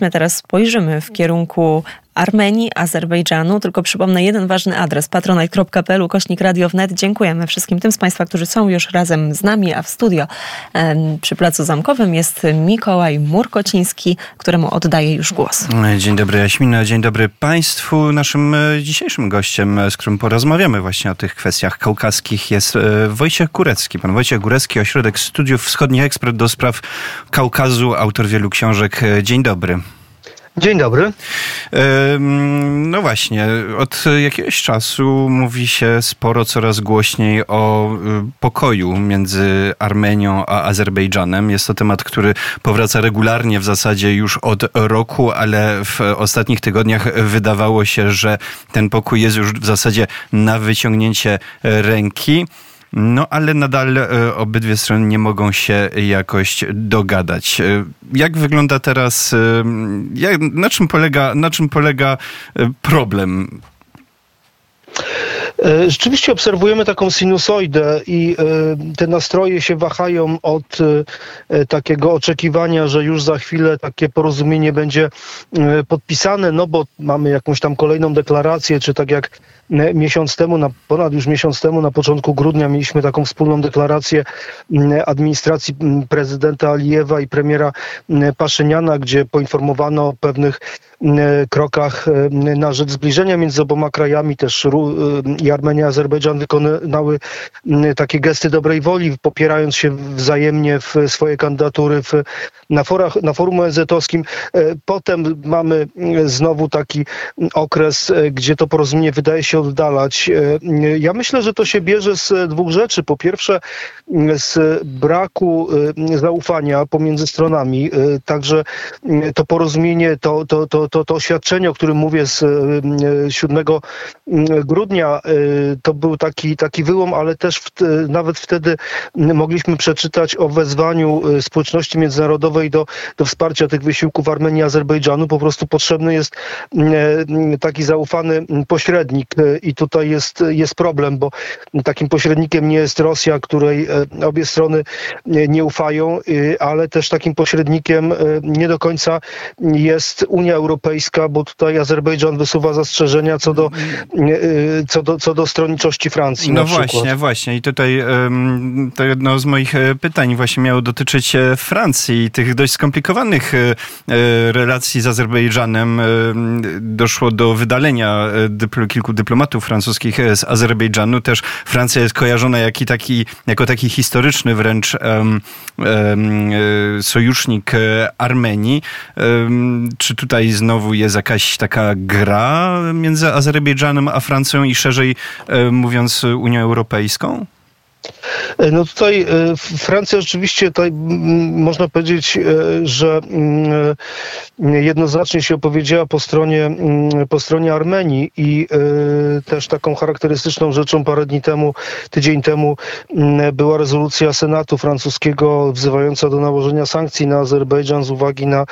My teraz spojrzymy w kierunku Armenii, Azerbejdżanu. Tylko przypomnę jeden ważny adres: patronite.pl/Radio Wnet. Dziękujemy wszystkim tym z Państwa, którzy są już razem z nami, a w studio przy Placu Zamkowym jest Mikołaj Murkociński, któremu oddaję już głos. Dzień dobry, Jaśmina, dzień dobry Państwu. Naszym dzisiejszym gościem, z którym porozmawiamy właśnie o tych kwestiach kaukaskich, jest Wojciech Górecki. Pan Wojciech Górecki, Ośrodek Studiów Wschodnich, ekspert do spraw Kaukazu, autor wielu książek. Dzień dobry. Dzień dobry. No właśnie, od jakiegoś czasu mówi się sporo, coraz głośniej o pokoju między Armenią a Azerbejdżanem. Jest to temat, który powraca regularnie w zasadzie już od roku, ale w ostatnich tygodniach wydawało się, że ten pokój jest już w zasadzie na wyciągnięcie ręki. No ale nadal obydwie strony nie mogą się jakoś dogadać. Jak wygląda teraz, na czym polega problem? Rzeczywiście obserwujemy taką sinusoidę i te nastroje się wahają od takiego oczekiwania, że już za chwilę takie porozumienie będzie podpisane, no bo mamy jakąś tam kolejną deklarację, czy tak jak ponad już miesiąc temu, na początku grudnia mieliśmy taką wspólną deklarację administracji prezydenta Alijewa i premiera Paszyniana, gdzie poinformowano o pewnych krokach na rzecz zbliżenia między oboma krajami. Też i Armenia, i Azerbejdżan wykonały takie gesty dobrej woli, popierając się wzajemnie w swoje kandydatury na forum ONZ-owskim. Potem mamy znowu taki okres, gdzie to porozumienie wydaje się oddalać. Ja myślę, że to się bierze z dwóch rzeczy. Po pierwsze, z braku zaufania pomiędzy stronami. Także to porozumienie, to oświadczenie, o którym mówię z 7 grudnia, to był taki wyłom, ale też nawet wtedy mogliśmy przeczytać o wezwaniu społeczności międzynarodowej do wsparcia tych wysiłków Armenii i Azerbejdżanu. Po prostu potrzebny jest taki zaufany pośrednik i tutaj jest problem, bo takim pośrednikiem nie jest Rosja, której obie strony nie ufają, ale też takim pośrednikiem nie do końca jest Unia Europejska, bo tutaj Azerbejdżan wysuwa zastrzeżenia co do stronniczości Francji. No właśnie. I tutaj to jedno z moich pytań właśnie miało dotyczyć Francji i tych dość skomplikowanych relacji z Azerbejdżanem. Doszło do wydalenia kilku dyplomatów francuskich z Azerbejdżanu. Też Francja jest kojarzona jako taki historyczny wręcz sojusznik Armenii. Czy tutaj znowu jest jakaś taka gra między Azerbejdżanem a Francją i szerzej mówiąc Unią Europejską? No tutaj Francja rzeczywiście, tutaj można powiedzieć, że jednoznacznie się opowiedziała po stronie Armenii i też taką charakterystyczną rzeczą tydzień temu była rezolucja Senatu francuskiego wzywająca do nałożenia sankcji na Azerbejdżan z uwagi na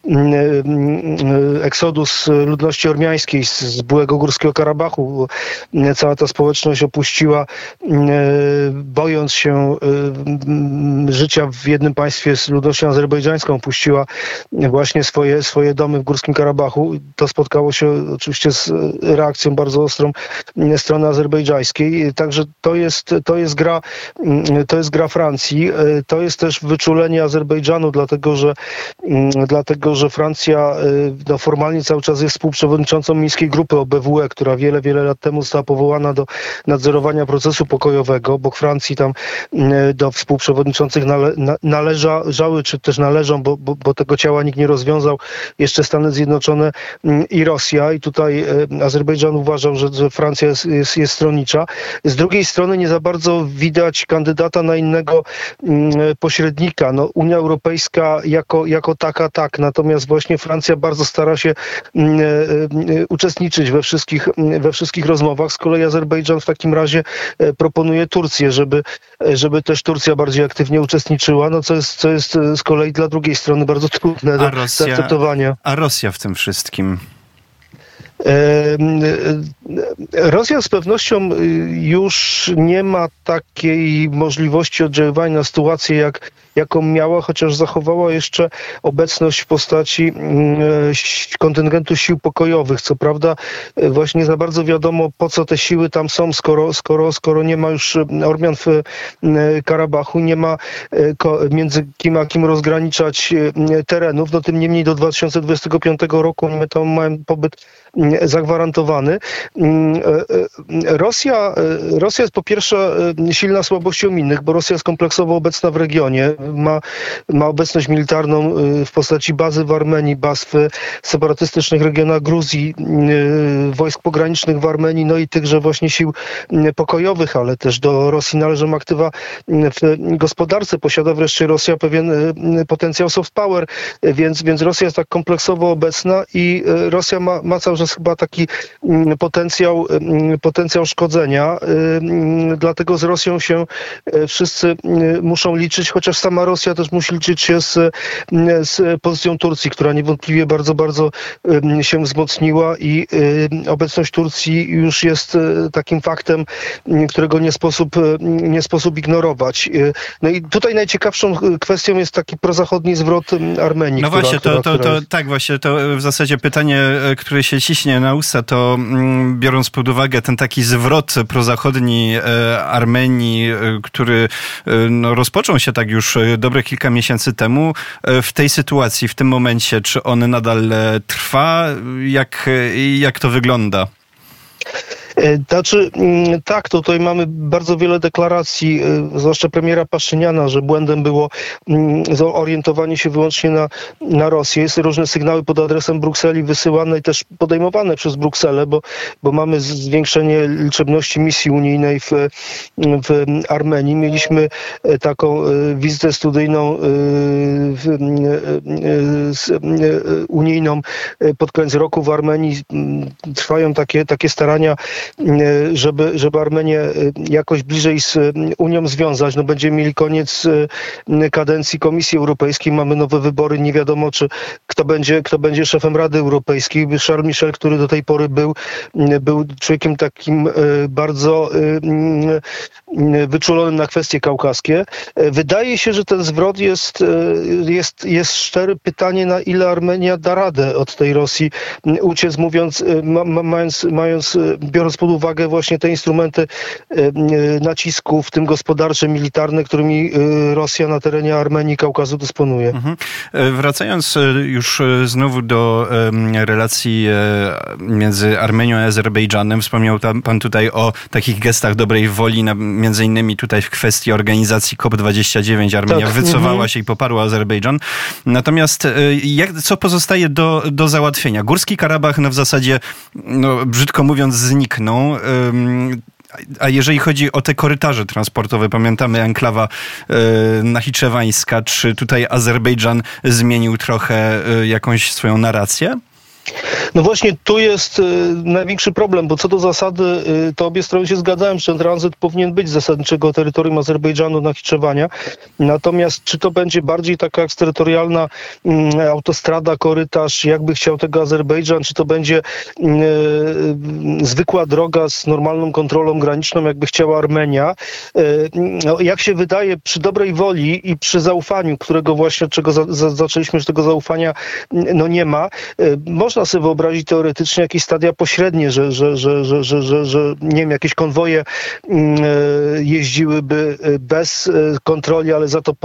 eksodus ludności ormiańskiej z byłego Górskiego Karabachu. Cała ta społeczność opuściła, bojąc się życia w jednym państwie z ludnością azerbejdżańską, puściła właśnie swoje domy w Górskim Karabachu. To spotkało się oczywiście z reakcją bardzo ostrą strony azerbejdżańskiej. Także to jest gra Francji. To jest też wyczulenie Azerbejdżanu, dlatego że Francja formalnie cały czas jest współprzewodniczącą Mińskiej Grupy OBWE, która wiele lat temu została powołana do nadzorowania procesu pokojowego. Obok Francji tam do współprzewodniczących należały, czy też należą, bo tego ciała nikt nie rozwiązał, jeszcze Stany Zjednoczone i Rosja. I tutaj Azerbejdżan uważał, że Francja jest stronnicza. Z drugiej strony nie za bardzo widać kandydata na innego pośrednika. No, Unia Europejska jako taka tak, natomiast właśnie Francja bardzo stara się uczestniczyć we wszystkich rozmowach. Z kolei Azerbejdżan w takim razie proponuje Turcję, żeby też Turcja bardziej aktywnie uczestniczyła, no co jest z kolei dla drugiej strony bardzo trudne do zaakceptowania. A Rosja w tym wszystkim? Rosja z pewnością już nie ma takiej możliwości oddziaływania na sytuację jaką miała, chociaż zachowała jeszcze obecność w postaci kontyngentu sił pokojowych. Co prawda właśnie nie za bardzo wiadomo, po co te siły tam są, skoro nie ma już Ormian w Karabachu, nie ma między kim a kim rozgraniczać terenów. No tym niemniej do 2025 roku my tam mamy pobyt zagwarantowany. Rosja jest po pierwsze silna słabością innych, bo Rosja jest kompleksowo obecna w regionie. Ma obecność militarną w postaci bazy w Armenii, baz w separatystycznych regionach Gruzji, wojsk pogranicznych w Armenii, no i tychże właśnie sił pokojowych, ale też do Rosji należą aktywa w gospodarce. Posiada wreszcie Rosja pewien potencjał soft power, więc Rosja jest tak kompleksowo obecna i Rosja ma cały czas chyba taki potencjał szkodzenia. Dlatego z Rosją się wszyscy muszą liczyć, chociaż sama Rosja też musi liczyć się z pozycją Turcji, która niewątpliwie bardzo, bardzo się wzmocniła i obecność Turcji już jest takim faktem, którego nie sposób ignorować. No i tutaj najciekawszą kwestią jest taki prozachodni zwrot Armenii. No właśnie, tak właśnie, to w zasadzie pytanie, które się ciśnie na usta, to biorąc pod uwagę ten taki zwrot prozachodni Armenii, który rozpoczął się tak już dobre kilka miesięcy temu, w tej sytuacji, w tym momencie, czy on nadal trwa? Jak to wygląda? Znaczy, tak, tutaj mamy bardzo wiele deklaracji, zwłaszcza premiera Paszyniana, że błędem było zorientowanie się wyłącznie na Rosję. Jest różne sygnały pod adresem Brukseli wysyłane i też podejmowane przez Brukselę, bo mamy zwiększenie liczebności misji unijnej w Armenii. Mieliśmy taką wizytę studyjną unijną pod koniec roku w Armenii. Trwają takie starania, żeby Armenię jakoś bliżej z Unią związać. No będziemy mieli koniec kadencji Komisji Europejskiej, mamy nowe wybory, nie wiadomo kto będzie szefem Rady Europejskiej. Charles Michel, który do tej pory był człowiekiem takim bardzo wyczulonym na kwestie kaukaskie. Wydaje się, że ten zwrot jest szczery. Pytanie, na ile Armenia da radę od tej Rosji uciec, biorąc pod uwagę właśnie te instrumenty nacisku, w tym gospodarcze, militarne, którymi Rosja na terenie Armenii i Kaukazu dysponuje. Mhm. Wracając już znowu do relacji między Armenią a Azerbejdżanem, wspomniał pan tutaj o takich gestach dobrej woli, między innymi tutaj w kwestii organizacji COP29. Armenia wycofała się i poparła Azerbejdżan. Natomiast co pozostaje do załatwienia? Górski Karabach w zasadzie, brzydko mówiąc, zniknął. A jeżeli chodzi o te korytarze transportowe, pamiętamy enklawa nachiczewańska, czy tutaj Azerbejdżan zmienił trochę jakąś swoją narrację? No właśnie tu jest największy problem, bo co do zasady to obie strony się zgadzają, że ten tranzyt powinien być z zasadniczego terytorium Azerbejdżanu nachiczewania. Natomiast czy to będzie bardziej taka eksterytorialna autostrada, korytarz, jakby chciał tego Azerbejdżan, czy to będzie zwykła droga z normalną kontrolą graniczną, jakby chciała Armenia. Jak się wydaje, przy dobrej woli i przy zaufaniu, którego właśnie, od czego zaczęliśmy, że tego zaufania nie ma, można sobie wyobrazić teoretycznie jakieś stadia pośrednie, że nie wiem, jakieś konwoje jeździłyby bez kontroli, ale za to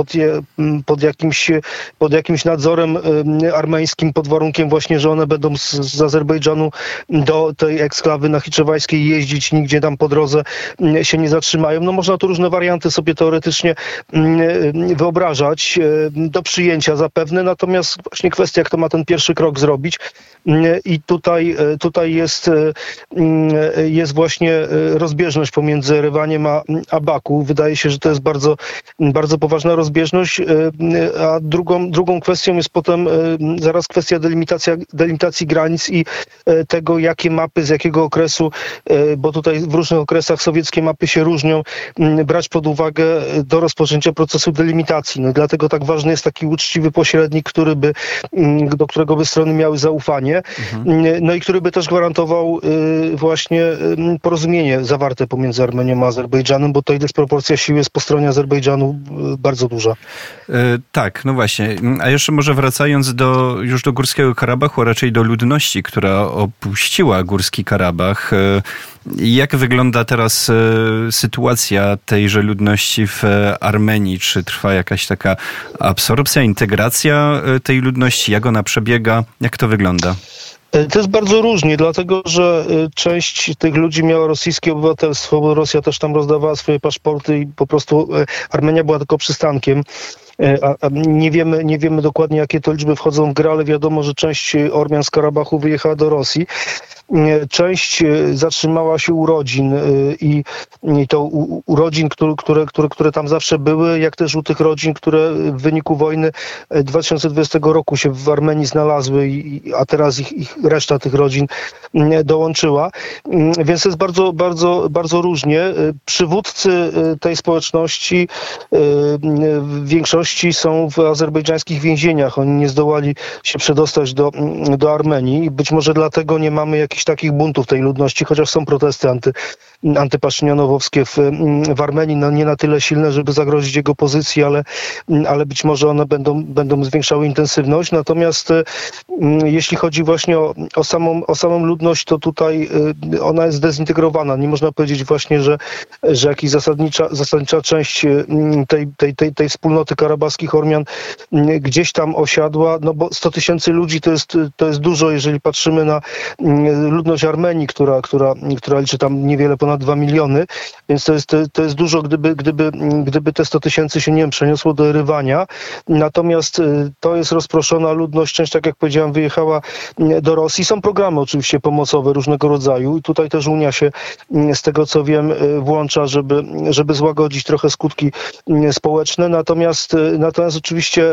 pod jakimś nadzorem armeńskim, pod warunkiem właśnie, że one będą z Azerbejdżanu do tej eksklawy nachiczewańskiej jeździć, nigdzie tam po drodze się nie zatrzymają. No można tu różne warianty sobie teoretycznie wyobrażać, do przyjęcia zapewne, natomiast właśnie kwestia, kto ma ten pierwszy krok zrobić. I tutaj jest właśnie rozbieżność pomiędzy Erewaniem a Baku. Wydaje się, że to jest bardzo, bardzo poważna rozbieżność, a drugą kwestią jest potem zaraz kwestia delimitacji granic i tego, jakie mapy, z jakiego okresu, bo tutaj w różnych okresach sowieckie mapy się różnią, brać pod uwagę do rozpoczęcia procesu delimitacji. No, dlatego tak ważny jest taki uczciwy pośrednik, do którego by strony miały zaufanie. Armenię, no i który by też gwarantował właśnie porozumienie zawarte pomiędzy Armenią a Azerbejdżanem, bo tutaj dysproporcja sił jest po stronie Azerbejdżanu bardzo duża. Tak, no właśnie. A jeszcze może wracając już do Górskiego Karabachu, a raczej do ludności, która opuściła Górski Karabach. Jak wygląda teraz sytuacja tejże ludności w Armenii? Czy trwa jakaś taka absorpcja, integracja tej ludności? Jak ona przebiega? Jak to wygląda? To jest bardzo różnie, dlatego że część tych ludzi miała rosyjskie obywatelstwo, bo Rosja też tam rozdawała swoje paszporty i po prostu Armenia była tylko przystankiem. Nie wiemy dokładnie, jakie to liczby wchodzą w grę, ale wiadomo, że część Ormian z Karabachu wyjechała do Rosji. Część zatrzymała się u rodzin i to u rodzin, które tam zawsze były, jak też u tych rodzin, które w wyniku wojny 2020 roku się w Armenii znalazły, a teraz reszta tych rodzin dołączyła. Więc jest bardzo, bardzo, bardzo różnie. Przywódcy tej społeczności w większości są w azerbejdżańskich więzieniach. Oni nie zdołali się przedostać do Armenii i być może dlatego nie mamy jakichś takich buntów tej ludności, chociaż są protesty antypaszynionowowskie w Armenii, no nie na tyle silne, żeby zagrozić jego pozycji, ale być może one będą zwiększały intensywność. Natomiast jeśli chodzi właśnie o samą ludność, to tutaj ona jest zdezintegrowana. Nie można powiedzieć właśnie, że jakaś zasadnicza część tej wspólnoty karabaskich Ormian gdzieś tam osiadła, no bo 100 000 ludzi to jest dużo, jeżeli patrzymy na ludność Armenii, która liczy tam niewiele ponad 2 miliony, więc to jest dużo, gdyby te 100 000 się, nie wiem, przeniosło do Erywania. Natomiast to jest rozproszona ludność, część, tak jak powiedziałem, wyjechała do Rosji. Są programy oczywiście pomocowe różnego rodzaju i tutaj też Unia się, z tego co wiem, włącza, żeby złagodzić trochę skutki społeczne. Natomiast oczywiście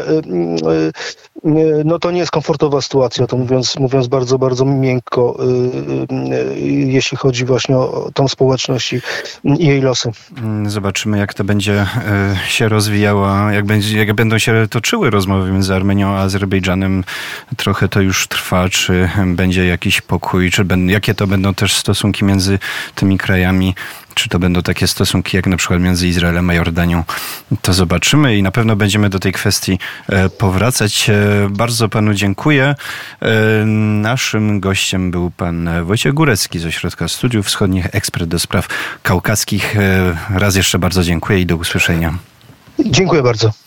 no to nie jest komfortowa sytuacja, to mówiąc bardzo, bardzo miękko, jeśli chodzi właśnie o tą społeczność i jej losy. Zobaczymy, jak to będzie się rozwijała, jak będą się toczyły rozmowy między Armenią a Azerbejdżanem. Trochę to już trwa, czy będzie jakiś pokój, jakie to będą też stosunki między tymi krajami. Czy to będą takie stosunki jak na przykład między Izraelem a Jordanią? To zobaczymy i na pewno będziemy do tej kwestii powracać. Bardzo panu dziękuję. Naszym gościem był pan Wojciech Górecki z Ośrodka Studiów Wschodnich, ekspert do spraw kaukaskich. Raz jeszcze bardzo dziękuję i do usłyszenia. Dziękuję bardzo.